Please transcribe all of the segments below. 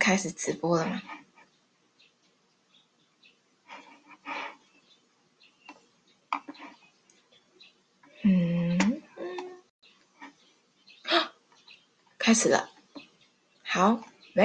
开始直播了吗？开始了。好，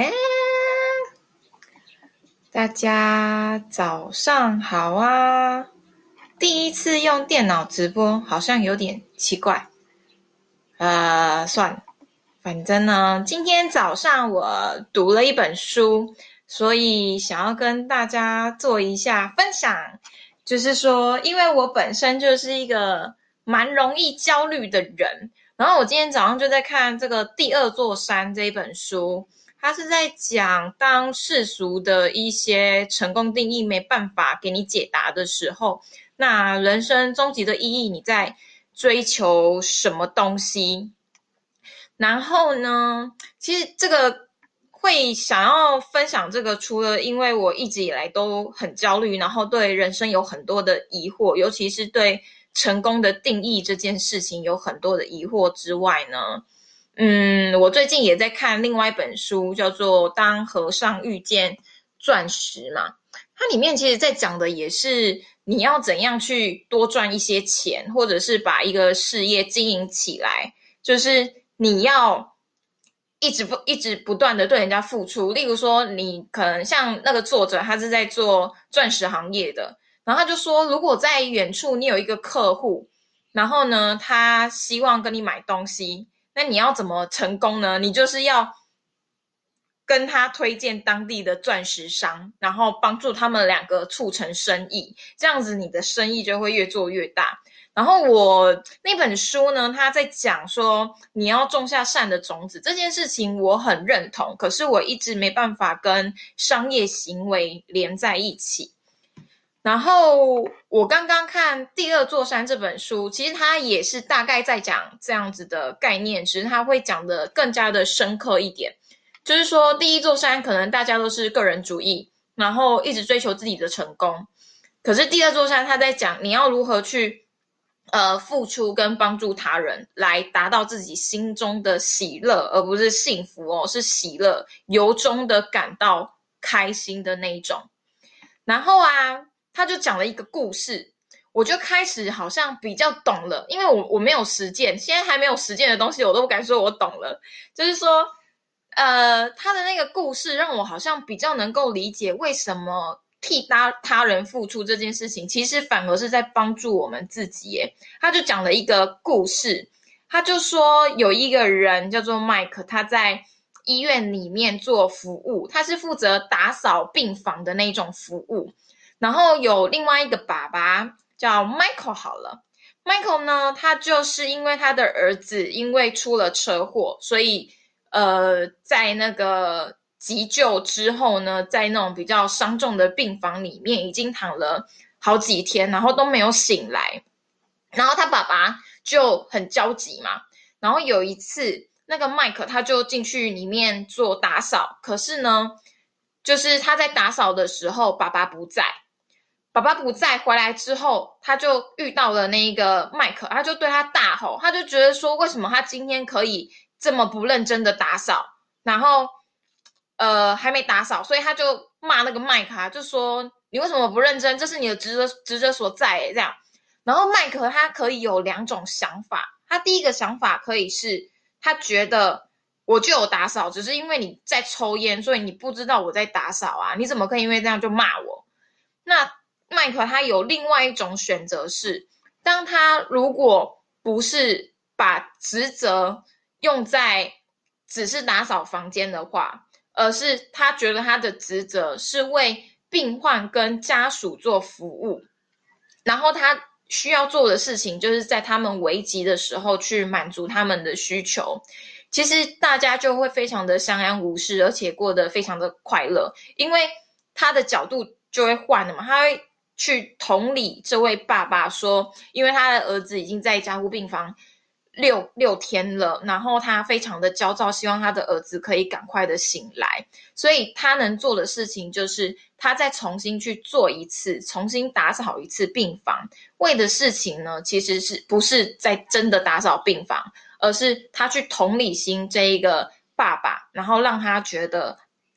大家早上好啊！第一次用电脑直播，好像有点奇怪。算了，反正呢，今天早上我读了一本书，所以想要跟大家做一下分享。就是说，因为我本身就是一个蛮容易焦虑的人，然后我今天早上就在看这个《第二座山》这一本书，它是在讲当世俗的一些成功定义没办法给你解答的时候，那人生终极的意义你在追求什么东西。然后呢，其实这个会想要分享这个，除了因为我一直以来都很焦虑，然后对人生有很多的疑惑，尤其是对成功的定义这件事情有很多的疑惑之外呢，我最近也在看另外一本书，叫做《当和尚遇见钻石》嘛。它里面其实在讲的也是你要怎样去多赚一些钱，或者是把一个事业经营起来，就是你要一直不断的对人家付出。例如说，你可能像那个作者，他是在做钻石行业的，然后他就说，如果在远处你有一个客户，然后呢，他希望跟你买东西，那你要怎么成功呢？你就是要跟他推荐当地的钻石商，然后帮助他们两个促成生意，这样子你的生意就会越做越大。然后我那本书呢，他在讲说你要种下善的种子这件事情，我很认同，可是我一直没办法跟商业行为连在一起。然后我刚刚看《第二座山》这本书，其实它也是大概在讲这样子的概念，只是它会讲得更加的深刻一点。就是说，第一座山可能大家都是个人主义，然后一直追求自己的成功。可是第二座山，他在讲你要如何去付出跟帮助他人，来达到自己心中的喜乐，而不是幸福哦，是喜乐，由衷的感到开心的那一种。然后啊，他就讲了一个故事，我就开始好像比较懂了，因为我没有实践，现在还没有实践的东西，我都不敢说我懂了。就是说，他的那个故事让我好像比较能够理解为什么替他人付出这件事情，其实反而是在帮助我们自己耶。他就讲了一个故事，他就说有一个人叫做麦克，他在医院里面做服务，他是负责打扫病房的那种服务。然后有另外一个爸爸叫 Michael 好了。Michael 呢，他就是因为他的儿子因为出了车祸，所以在那个急救之后呢，在那种比较伤重的病房里面已经躺了好几天，然后都没有醒来。然后他爸爸就很焦急嘛，然后有一次那个麦克他就进去里面做打扫，可是呢，就是他在打扫的时候，爸爸不在。爸爸不在，回来之后，他就遇到了那个麦克，他就对他大吼，他就觉得说，为什么他今天可以这么不认真的打扫，然后还没打扫，所以他就骂那个麦克啊，就说你为什么不认真？这是你的职责所在，这样。然后麦克他可以有两种想法，他第一个想法可以是他觉得我就有打扫，只是因为你在抽烟，所以你不知道我在打扫啊，你怎么可以因为这样就骂我？那麦克他有另外一种选择是，当他如果不是把职责用在只是打扫房间的话，而是他觉得他的职责是为病患跟家属做服务，然后他需要做的事情就是在他们危急的时候去满足他们的需求。其实大家就会非常的相安无事，而且过得非常的快乐，因为他的角度就会换了嘛，他会去同理这位爸爸说，因为他的儿子已经在加护病房六天了，然后他非常的焦躁，希望他的儿子可以赶快的醒来，所以他能做的事情就是他再重新去做一次，重新打扫一次病房。为的事情呢，其实是不是在真的打扫病房，而是他去同理心这一个爸爸，然后让他觉得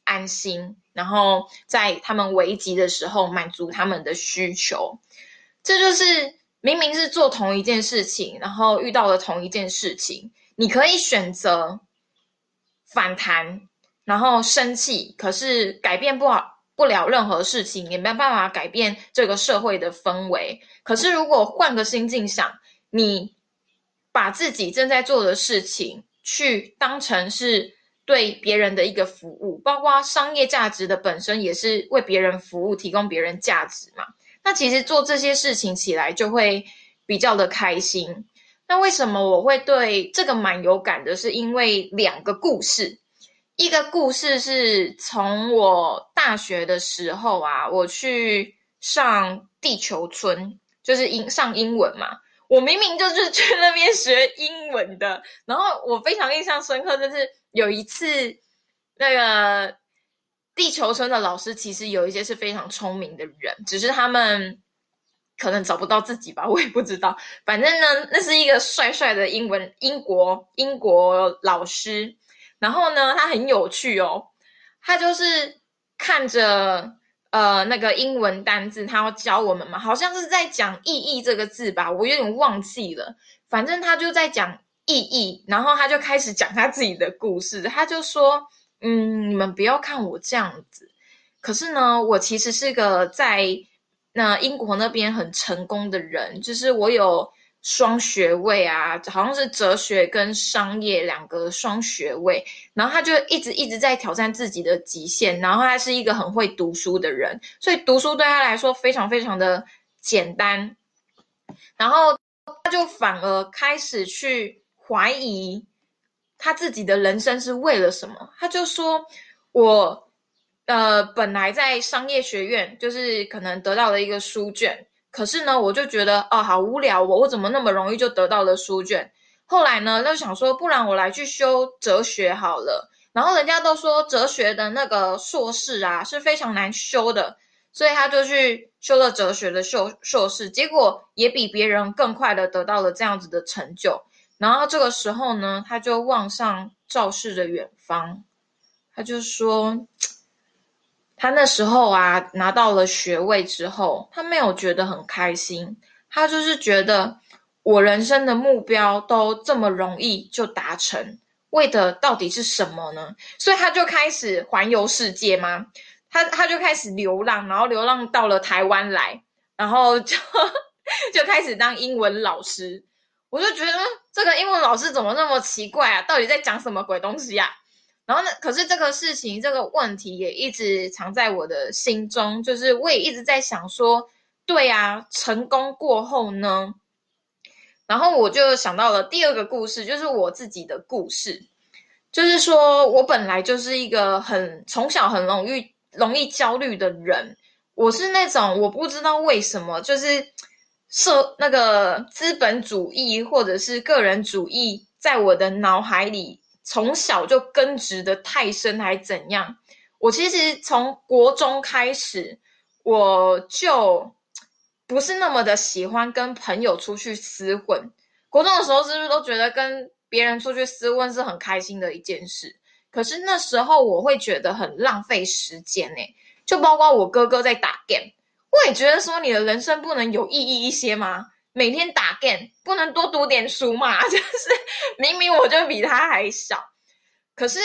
安心，然后在他们危急的时候满足他们的需求。这就是明明是做同一件事情，然后遇到了同一件事情，你可以选择反弹，然后生气，可是改变不了任何事情，也没办法改变这个社会的氛围。可是如果换个心境想，你把自己正在做的事情去当成是对别人的一个服务，包括商业价值的本身也是为别人服务，提供别人价值嘛。那其实做这些事情起来就会比较的开心。那为什么我会对这个蛮有感的？是因为两个故事。一个故事是从我大学的时候啊，我去上地球村，就是上英文嘛。我明明就是去那边学英文的，然后我非常印象深刻，就是有一次那个地球村的老师，其实有一些是非常聪明的人，只是他们可能找不到自己吧，我也不知道。反正呢，那是一个帅帅的英国老师，然后呢，他很有趣哦，他就是看着那个英文单字，他要教我们嘛，好像是在讲意义这个字吧，我有点忘记了。反正他就在讲意义，然后他就开始讲他自己的故事，他就说，你们不要看我这样子，可是呢，我其实是个在英国那边很成功的人，就是我有双学位啊，好像是哲学跟商业两个双学位，然后他就一直在挑战自己的极限，然后他是一个很会读书的人，所以读书对他来说非常非常的简单，然后他就反而开始去怀疑他自己的人生是为了什么。他就说我本来在商业学院就是可能得到了一个书卷，可是呢我就觉得好无聊，我怎么那么容易就得到了书卷。后来呢就想说不然我来去修哲学好了，然后人家都说哲学的那个硕士啊是非常难修的，所以他就去修了哲学的硕士，结果也比别人更快的得到了这样子的成就。然后这个时候呢，他就望上赵氏的远方，他就说，他那时候啊拿到了学位之后，他没有觉得很开心，他就是觉得我人生的目标都这么容易就达成，为的到底是什么呢？所以他就开始环游世界嘛，他就开始流浪，然后流浪到了台湾来，然后就开始当英文老师。我就觉得这个英文老师怎么那么奇怪啊？到底在讲什么鬼东西啊？然后呢，可是这个事情这个问题也一直藏在我的心中，就是我也一直在想说，对啊，成功过后呢？然后我就想到了第二个故事，就是我自己的故事，就是说我本来就是一个从小很容易焦虑的人，我是那种我不知道为什么，就是那个资本主义或者是个人主义在我的脑海里从小就根植的太深，还怎样？我其实从国中开始，我就不是那么的喜欢跟朋友出去厮混。国中的时候是不是都觉得跟别人出去厮混是很开心的一件事？可是那时候我会觉得很浪费时间欸，就包括我哥哥在打 game， 我也觉得说你的人生不能有意义一些吗？每天打 game 不能多读点书嘛？就是明明我就比他还小，可是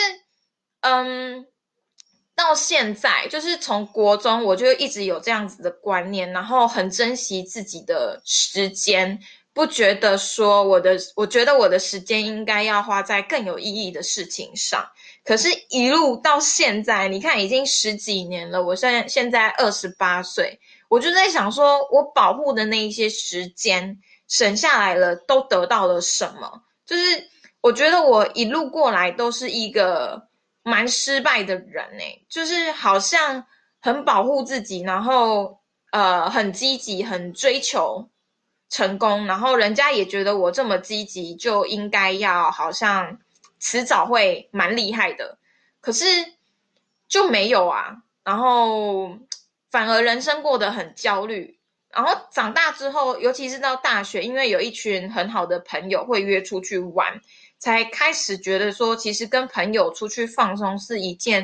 到现在就是从国中我就一直有这样子的观念，然后很珍惜自己的时间，不觉得说我觉得我的时间应该要花在更有意义的事情上。可是一路到现在，你看已经10几年了，我现在28岁，我就在想说，我保护的那一些时间省下来了，都得到了什么？就是我觉得我一路过来都是一个蛮失败的人欸，就是好像很保护自己，然后很积极，很追求成功，然后人家也觉得我这么积极，就应该要好像迟早会蛮厉害的，可是就没有啊，然后反而人生过得很焦虑。然后长大之后，尤其是到大学，因为有一群很好的朋友会约出去玩，才开始觉得说，其实跟朋友出去放松是一件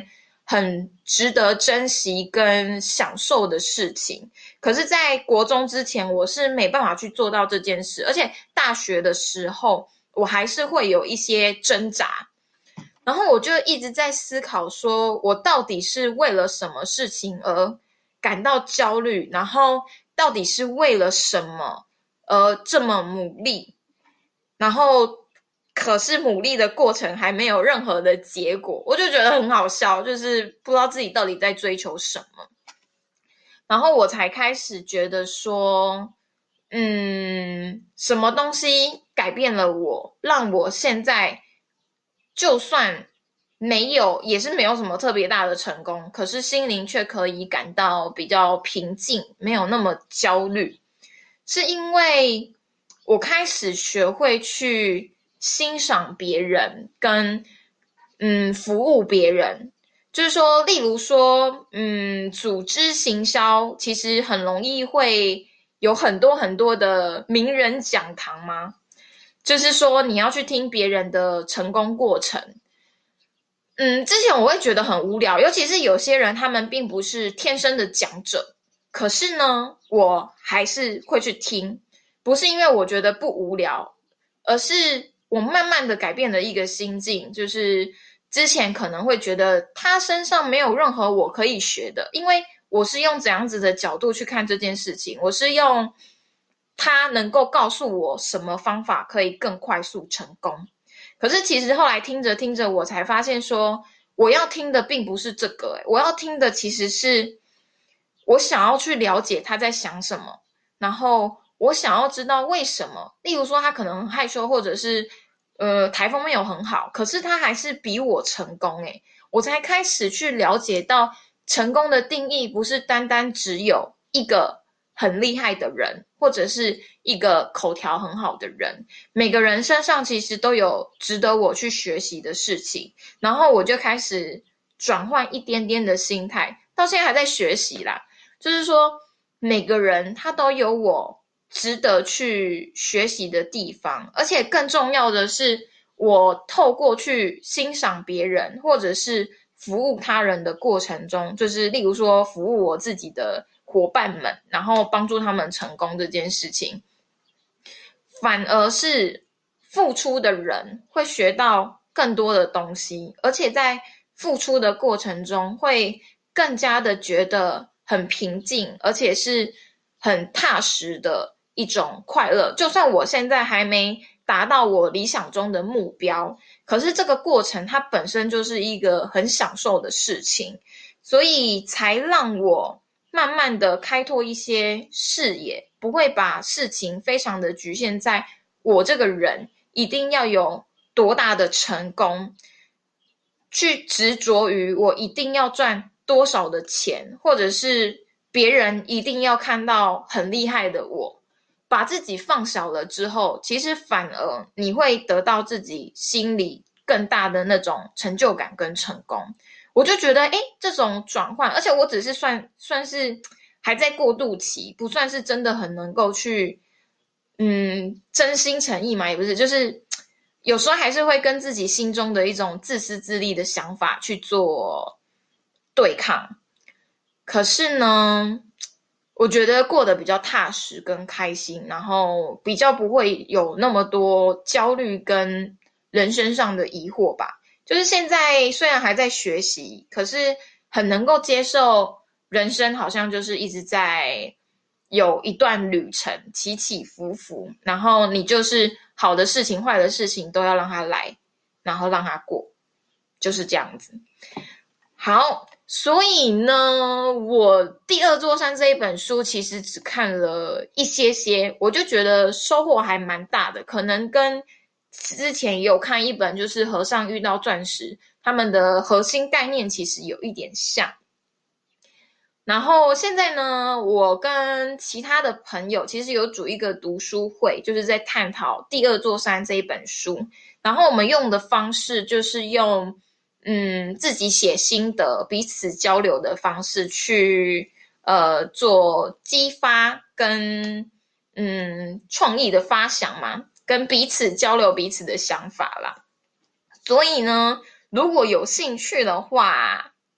很值得珍惜跟享受的事情。可是在国中之前，我是没办法去做到这件事，而且大学的时候，我还是会有一些挣扎。然后我就一直在思考说，我到底是为了什么事情而感到焦虑，然后到底是为了什么而这么努力，然后可是努力的过程还没有任何的结果，我就觉得很好笑，就是不知道自己到底在追求什么。然后我才开始觉得说，什么东西改变了我，让我现在就算没有，也是没有什么特别大的成功，可是心灵却可以感到比较平静，没有那么焦虑，是因为我开始学会去欣赏别人，跟服务别人。就是说，例如说，组织行销其实很容易会有很多很多的名人讲堂嘛，就是说你要去听别人的成功过程。之前我会觉得很无聊，尤其是有些人他们并不是天生的讲者，可是呢，我还是会去听，不是因为我觉得不无聊，而是我慢慢的改变了一个心境，就是之前可能会觉得他身上没有任何我可以学的，因为我是用怎样子的角度去看这件事情，我是用他能够告诉我什么方法可以更快速成功。可是其实后来听着听着，我才发现说，我要听的并不是这个，我要听的其实是我想要去了解他在想什么，然后我想要知道为什么。例如说，他可能很害羞，或者是台风没有很好，可是他还是比我成功诶，我才开始去了解到成功的定义不是单单只有一个很厉害的人，或者是一个口条很好的人。每个人身上其实都有值得我去学习的事情，然后我就开始转换一点点的心态，到现在还在学习啦。就是说，每个人他都有我值得去学习的地方，而且更重要的是，我透过去欣赏别人，或者是服务他人的过程中，就是例如说服务我自己的伙伴们，然后帮助他们成功这件事情，反而是付出的人会学到更多的东西，而且在付出的过程中会更加的觉得很平静，而且是很踏实的一种快乐。就算我现在还没达到我理想中的目标，可是这个过程它本身就是一个很享受的事情，所以才让我慢慢的开拓一些视野，不会把事情非常的局限在我这个人一定要有多大的成功，去执着于我一定要赚多少的钱，或者是别人一定要看到很厉害的我。把自己放小了之后，其实反而你会得到自己心里更大的那种成就感跟成功。我就觉得，这种转换，而且我只是算是还在过渡期，不算是真的很能够去，真心诚意嘛，也不是，就是有时候还是会跟自己心中的一种自私自利的想法去做对抗。可是呢，我觉得过得比较踏实跟开心，然后比较不会有那么多焦虑跟人生上的疑惑吧。就是现在虽然还在学习，可是很能够接受人生好像就是一直在有一段旅程，起起伏伏，然后你就是好的事情、坏的事情都要让它来，然后让它过，就是这样子。好，所以呢，我第二座山这一本书其实只看了一些些，我就觉得收获还蛮大的，可能跟之前也有看一本就是和尚遇到钻石，他们的核心概念其实有一点像。然后现在呢，我跟其他的朋友其实有组一个读书会，就是在探讨《第二座山》这一本书。然后我们用的方式就是用自己写心得、彼此交流的方式去做激发跟创意的发想嘛，跟彼此交流彼此的想法啦。所以呢，如果有兴趣的话，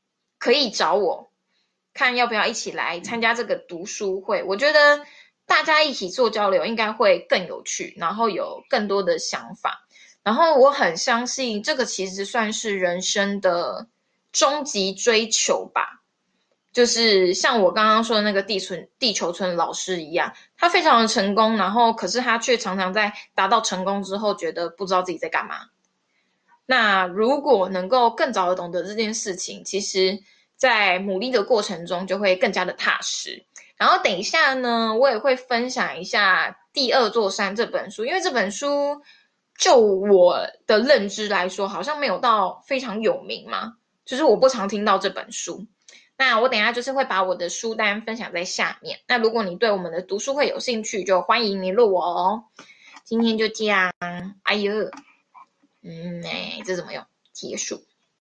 可以找我，看要不要一起来参加这个读书会。我觉得大家一起做交流应该会更有趣，然后有更多的想法。然后我很相信这个其实算是人生的终极追求吧。就是像我刚刚说的那个地球村老师一样，他非常的成功，然后可是他却常常在达到成功之后，觉得不知道自己在干嘛。那如果能够更早的懂得这件事情，其实在努力的过程中就会更加的踏实。然后等一下呢，我也会分享一下《第二座山》这本书，因为这本书就我的认知来说，好像没有到非常有名嘛，就是我不常听到这本书。那我等一下就是会把我的书单分享在下面。那如果你对我们的读书会有兴趣，就欢迎联络我哦。今天就这样，哎呦，这怎么用？结束。